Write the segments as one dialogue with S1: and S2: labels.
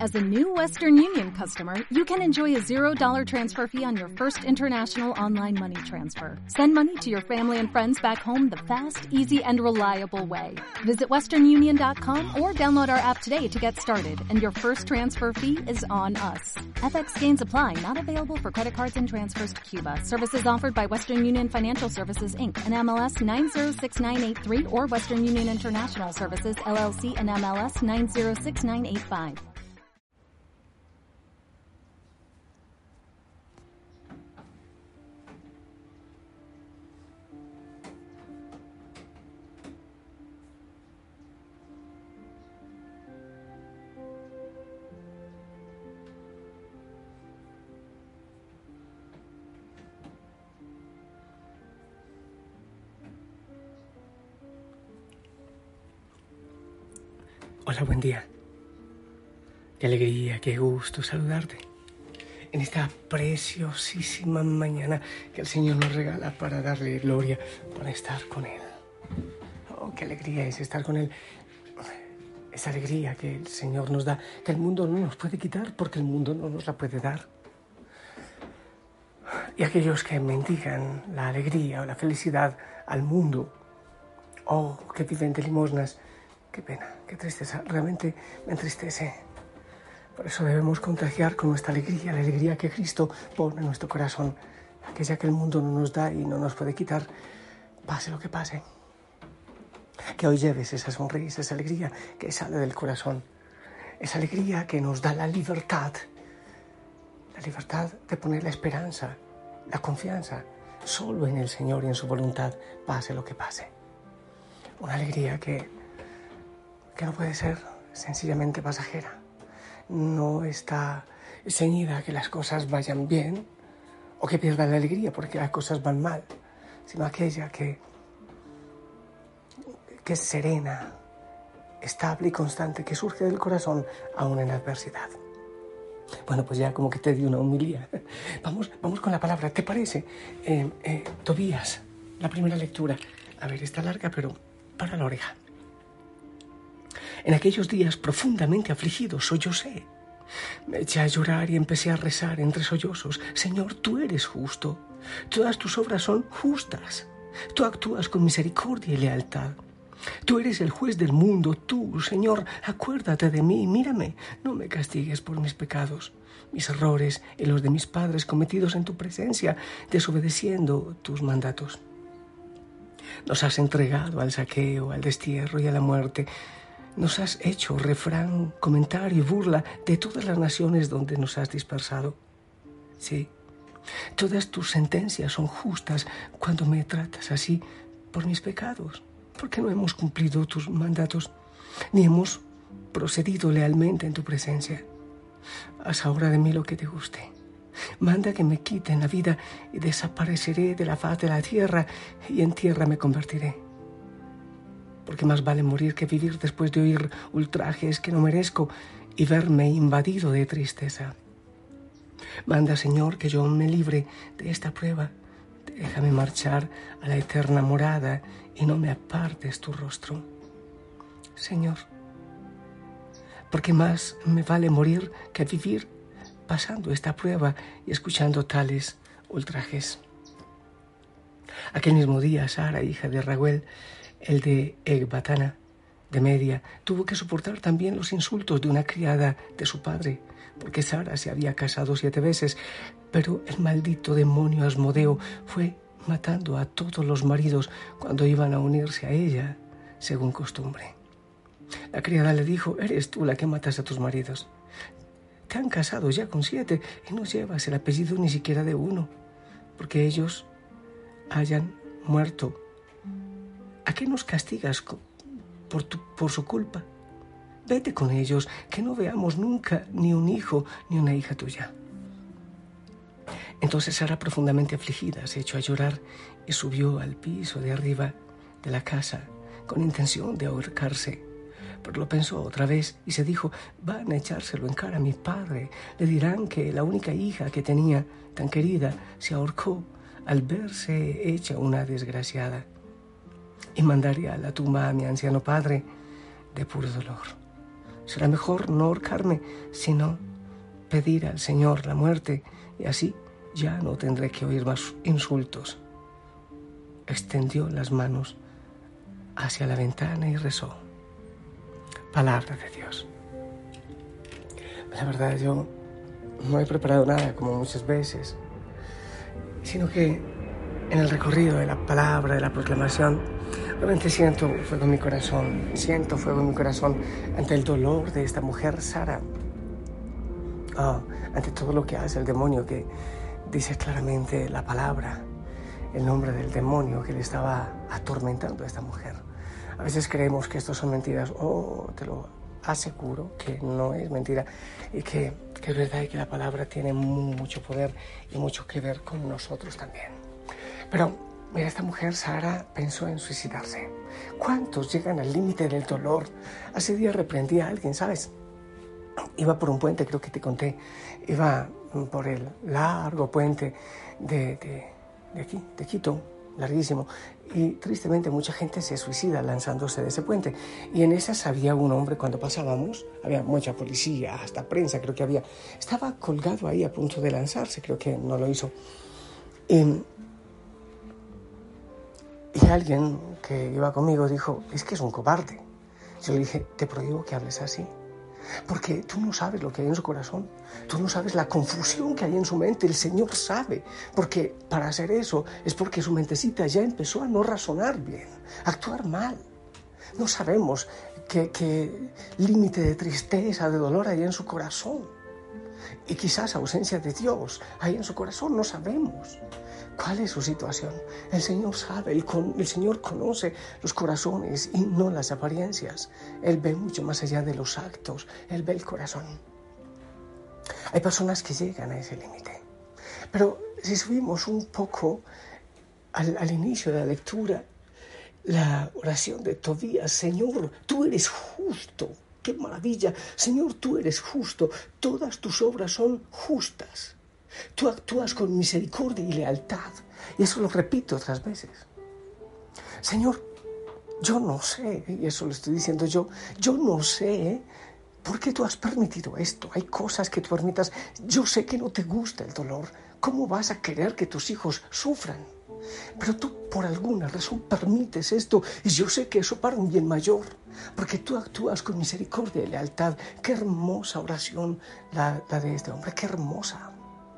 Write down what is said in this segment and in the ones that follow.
S1: As a new Western Union customer, you can enjoy a $0 transfer fee on your first international online money transfer. Send money to your family and friends back home the fast, easy, and reliable way. Visit westernunion.com or download our app today to get started, and your first transfer fee is on us. FX gains apply, not available for credit cards and transfers to Cuba. Services offered by Western Union Financial Services, Inc., and MLS 906983, or Western Union International Services, LLC, and MLS 906985.
S2: Hola, buen día. Qué alegría, qué gusto saludarte en esta preciosísima mañana que el Señor nos regala para darle gloria, para estar con Él. Oh, qué alegría es estar con Él. Esa alegría que el Señor nos da, que el mundo no nos puede quitar porque el mundo no nos la puede dar. Y aquellos que mendigan la alegría o la felicidad al mundo, oh, que viven de limosnas, qué pena, qué tristeza, realmente me entristece. Por eso debemos contagiar con nuestra alegría, la alegría que Cristo pone en nuestro corazón, aquella que el mundo no nos da y no nos puede quitar, pase lo que pase. Que hoy lleves esa sonrisa, esa alegría que sale del corazón, esa alegría que nos da la libertad de poner la esperanza, la confianza solo en el Señor y en su voluntad, pase lo que pase. Una alegría que no puede ser sencillamente pasajera. No está ceñida a que las cosas vayan bien o que pierda la alegría porque las cosas van mal, sino aquella que es serena, estable y constante, que surge del corazón aún en la adversidad. Bueno, pues ya como que te di una homilía. Vamos con la palabra, ¿te parece? Tobías, la primera lectura. A ver, está larga, pero para la oreja. En aquellos días profundamente afligidos sollozé. Me eché a llorar y empecé a rezar entre sollozos. Señor, tú eres justo. Todas tus obras son justas. Tú actúas con misericordia y lealtad. Tú eres el juez del mundo. Tú, Señor, acuérdate de mí. Mírame, no me castigues por mis pecados, mis errores y los de mis padres cometidos en tu presencia, desobedeciendo tus mandatos. Nos has entregado al saqueo, al destierro y a la muerte. Nos has hecho refrán, comentario y burla de todas las naciones donde nos has dispersado. Sí, todas tus sentencias son justas cuando me tratas así por mis pecados, porque no hemos cumplido tus mandatos, ni hemos procedido lealmente en tu presencia. Haz ahora de mí lo que te guste. Manda que me quiten la vida y desapareceré de la faz de la tierra y en tierra me convertiré. Porque más vale morir que vivir después de oír ultrajes que no merezco y verme invadido de tristeza. Manda, Señor, que yo me libre de esta prueba. Déjame marchar a la eterna morada y no me apartes tu rostro. Señor, porque más me vale morir que vivir pasando esta prueba y escuchando tales ultrajes. Aquel mismo día, Sara, hija de Raguel, el de Ecbatana, de Media, tuvo que soportar también los insultos de una criada de su padre, porque Sara se había casado 7 veces, pero el maldito demonio Asmodeo fue matando a todos los maridos cuando iban a unirse a ella, según costumbre. La criada le dijo: «Eres tú la que matas a tus maridos. Te han casado ya con 7 y no llevas el apellido ni siquiera de uno, porque ellos hayan muerto. ¿A qué nos castigas por su culpa? Vete con ellos, que no veamos nunca ni un hijo ni una hija tuya». Entonces Sara, profundamente afligida, se echó a llorar y subió al piso de arriba de la casa con intención de ahorcarse. Pero lo pensó otra vez y se dijo: «Van a echárselo en cara a mi padre. Le dirán que la única hija que tenía, tan querida, se ahorcó al verse hecha una desgraciada. Y mandaré a la tumba a mi anciano padre de puro dolor». Será mejor no ahorcarme, sino pedir al Señor la muerte, y así ya no tendré que oír más insultos. Extendió las manos hacia la ventana y rezó. Palabra de Dios. La verdad, yo no he preparado nada como muchas veces, sino que en el recorrido de la palabra, de la proclamación, realmente siento fuego en mi corazón ante el dolor de esta mujer Sara, ante todo lo que hace el demonio, que dice claramente la palabra, el nombre del demonio que le estaba atormentando a esta mujer. A veces creemos que esto son mentiras. Te lo aseguro que no es mentira, y que es verdad, y que la palabra tiene mucho poder y mucho que ver con nosotros también. Pero mira, esta mujer Sara pensó en suicidarse. ¿Cuántos llegan al límite del dolor? Hace días reprendí a alguien, ¿sabes? Iba por un puente, creo que te conté. Iba por el largo puente de aquí, de Quito, larguísimo. Y tristemente mucha gente se suicida lanzándose de ese puente. Y en esas había un hombre, cuando pasábamos, había mucha policía, hasta prensa creo que había. Estaba colgado ahí a punto de lanzarse, creo que no lo hizo. Y alguien que iba conmigo dijo, es que es un cobarde. Yo le dije, te prohíbo que hables así, porque tú no sabes lo que hay en su corazón, tú no sabes la confusión que hay en su mente. El Señor sabe, porque para hacer eso es porque su mentecita ya empezó a no razonar bien, a actuar mal. No sabemos qué límite de tristeza, de dolor hay en su corazón, y quizás ausencia de Dios hay en su corazón, no sabemos. ¿Cuál es su situación? El Señor sabe, el Señor conoce los corazones y no las apariencias. Él ve mucho más allá de los actos, Él ve el corazón. Hay personas que llegan a ese límite. Pero si subimos un poco al inicio de la lectura, la oración de Tobías, Señor, tú eres justo. ¡Qué maravilla! Señor, tú eres justo. Todas tus obras son justas. Tú actúas con misericordia y lealtad. Y eso lo repito otras veces. Señor, yo no sé, y eso lo estoy diciendo yo no sé por qué tú has permitido esto. Hay cosas que tú permitas. Yo sé que no te gusta el dolor. ¿Cómo vas a querer que tus hijos sufran? Pero tú por alguna razón permites esto, y yo sé que eso para un bien mayor, porque tú actúas con misericordia y lealtad. Qué hermosa oración la de este hombre, qué hermosa.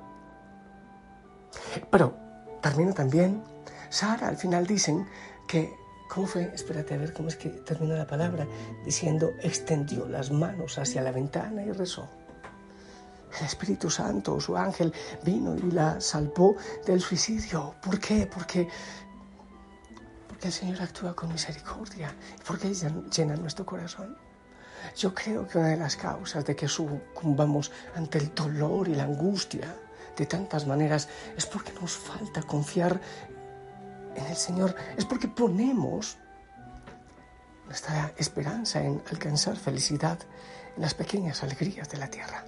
S2: Pero termina también, Sara, al final dicen que, ¿cómo fue? Espérate a ver cómo es que termina la palabra, diciendo, extendió las manos hacia la ventana y rezó. El Espíritu Santo, su ángel, vino y la salvó del suicidio. ¿Por qué? Porque el Señor actúa con misericordia, porque llena nuestro corazón. Yo creo que una de las causas de que sucumbamos ante el dolor y la angustia de tantas maneras es porque nos falta confiar en el Señor, es porque ponemos nuestra esperanza en alcanzar felicidad en las pequeñas alegrías de la tierra.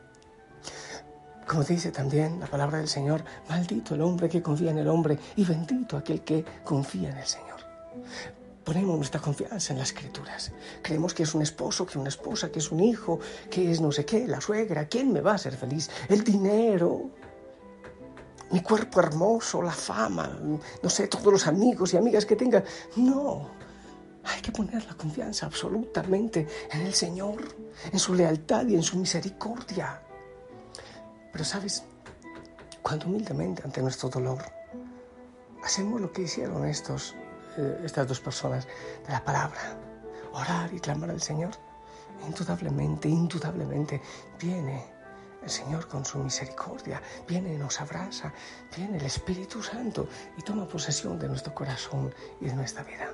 S2: Como dice también la palabra del Señor, maldito el hombre que confía en el hombre y bendito aquel que confía en el Señor. Ponemos nuestra confianza en las Escrituras. Creemos que es un esposo, que una esposa, que es un hijo, que es no sé qué, la suegra. ¿Quién me va a hacer feliz? El dinero, mi cuerpo hermoso, la fama, no sé, todos los amigos y amigas que tenga. No, hay que poner la confianza absolutamente en el Señor, en su lealtad y en su misericordia. Pero ¿sabes? Cuando humildemente ante nuestro dolor hacemos lo que hicieron estas dos personas de la palabra, orar y clamar al Señor, indudablemente viene el Señor con su misericordia, viene y nos abraza, viene el Espíritu Santo y toma posesión de nuestro corazón y de nuestra vida.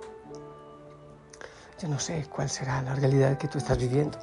S2: Yo no sé cuál será la realidad que tú estás viviendo.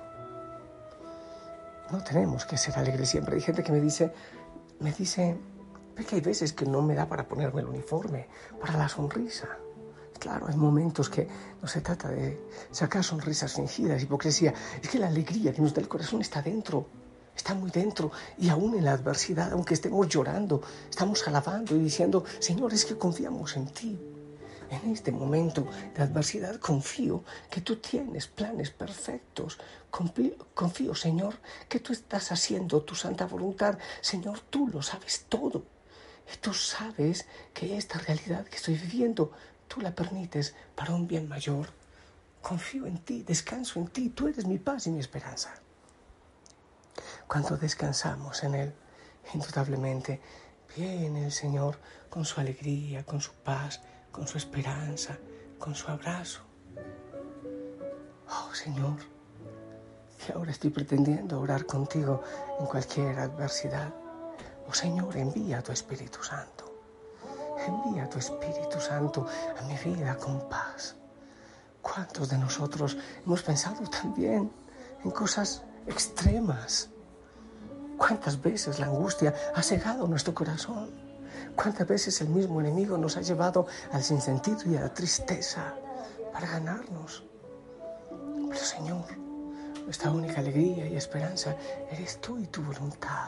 S2: No tenemos que ser alegres siempre. Hay gente que me dice, porque hay veces que no me da para ponerme el uniforme, para la sonrisa. Claro, hay momentos que no se trata de sacar sonrisas fingidas, hipocresía. Es que la alegría que nos da el corazón está dentro, está muy dentro. Y aún en la adversidad, aunque estemos llorando, estamos alabando y diciendo, Señor, es que confiamos en ti. En este momento de adversidad confío que tú tienes planes perfectos. Confío, Señor, que tú estás haciendo tu santa voluntad. Señor, tú lo sabes todo. Y tú sabes que esta realidad que estoy viviendo, tú la permites para un bien mayor. Confío en ti, descanso en ti. Tú eres mi paz y mi esperanza. Cuando descansamos en Él, indudablemente viene el Señor con su alegría, con su paz, con su esperanza, con su abrazo. Oh, Señor, que ahora estoy pretendiendo orar contigo en cualquier adversidad. Oh, Señor, envía a tu Espíritu Santo. Envía a tu Espíritu Santo a mi vida con paz. ¿Cuántos de nosotros hemos pensado también en cosas extremas? ¿Cuántas veces la angustia ha cegado nuestro corazón? ¿Cuántas veces el mismo enemigo nos ha llevado al sinsentido y a la tristeza para ganarnos? Pero, Señor, nuestra única alegría y esperanza eres tú y tu voluntad.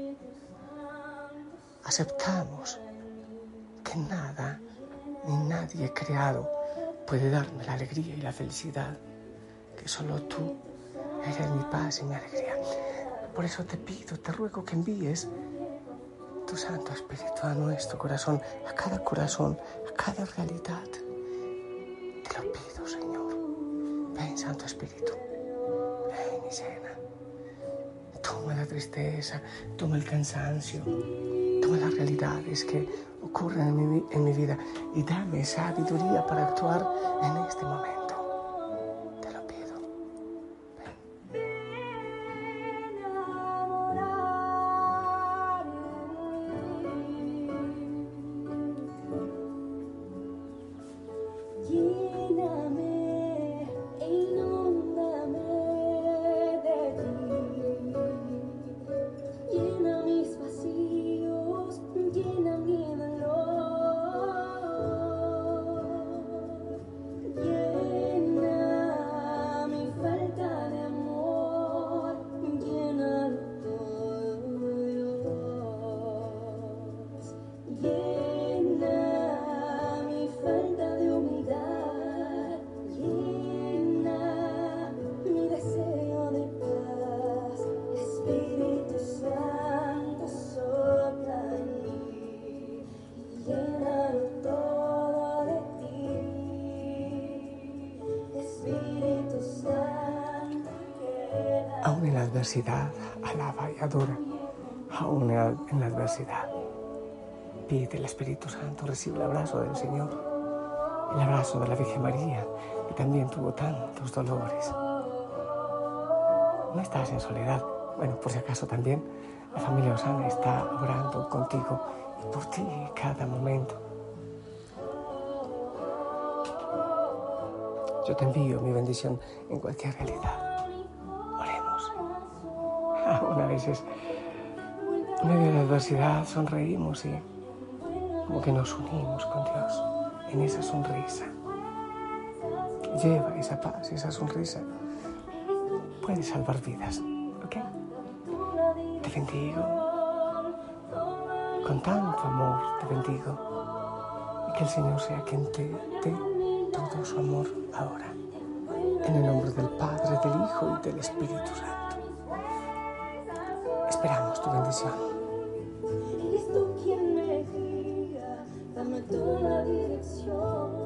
S2: Aceptamos que nada ni nadie creado puede darme la alegría y la felicidad, que solo tú eres mi paz y mi alegría. Por eso te pido, te ruego que envíes tu Santo Espíritu a nuestro corazón, a cada realidad. Te lo pido, Señor. Ven, Santo Espíritu. Ven y llena. Toma la tristeza, toma el cansancio, toma las realidades que ocurren en mi vida y dame sabiduría para actuar en este momento. Te lo pido.
S3: Lléname e inúndame de ti. Llena mis vacíos, llena mi dolor. Llena mi falta de amor, llénalo todo, Dios. Llena mi falta de humildad, llena mi deseo de paz. Espíritu Santo, sopla en mí, llénalo todo de ti. Espíritu Santo, queda.
S2: Aún en la adversidad, alaba y adora. Aún en la adversidad, pide el Espíritu Santo, recibe el abrazo del Señor, el abrazo de la Virgen María, que también tuvo tantos dolores. No estás en soledad. Bueno, por si acaso también la familia Osana está orando contigo y por ti cada momento. Yo te envío mi bendición en cualquier realidad. Oremos. Aún a veces, en medio de la adversidad, sonreímos y como que nos unimos con Dios en esa sonrisa. Lleva esa paz, esa sonrisa. Puede salvar vidas, ¿ok? Te bendigo. Con tanto amor te bendigo. Y que el Señor sea quien te dé todo su amor ahora. En el nombre del Padre, del Hijo y del Espíritu Santo. Esperamos tu bendición.
S3: Eres tú quien me guía, dame toda la dirección.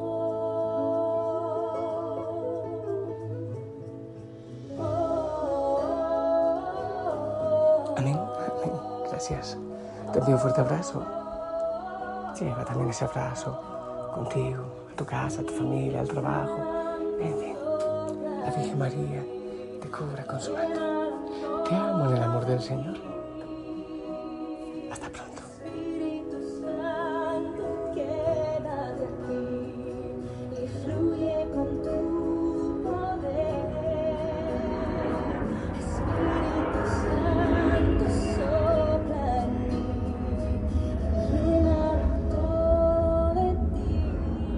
S2: Amén. Amén. Gracias. Te envío un fuerte abrazo. Lleva también ese abrazo contigo, a tu casa, a tu familia, al trabajo. En fin, la Virgen María te cubra con su manto. Te amo en el amor del Señor. Hasta pronto.
S3: Espíritu Santo, quédate aquí y fluye con tu poder. Espíritu Santo, sopla en mí, llena todo de ti.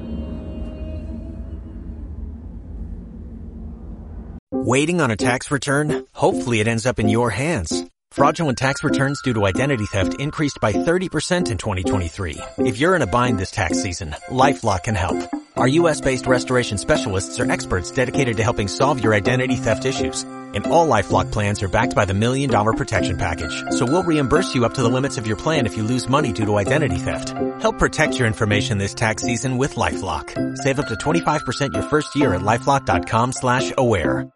S4: Waiting on a tax return? Hopefully it ends up in your hands. Fraudulent tax returns due to identity theft increased by 30% in 2023. If you're in a bind this tax season, LifeLock can help. Our U.S.-based restoration specialists are experts dedicated to helping solve your identity theft issues. And all LifeLock plans are backed by the $1 Million Protection Package. So we'll reimburse you up to the limits of your plan if you lose money due to identity theft. Help protect your information this tax season with LifeLock. Save up to 25% your first year at LifeLock.com/aware.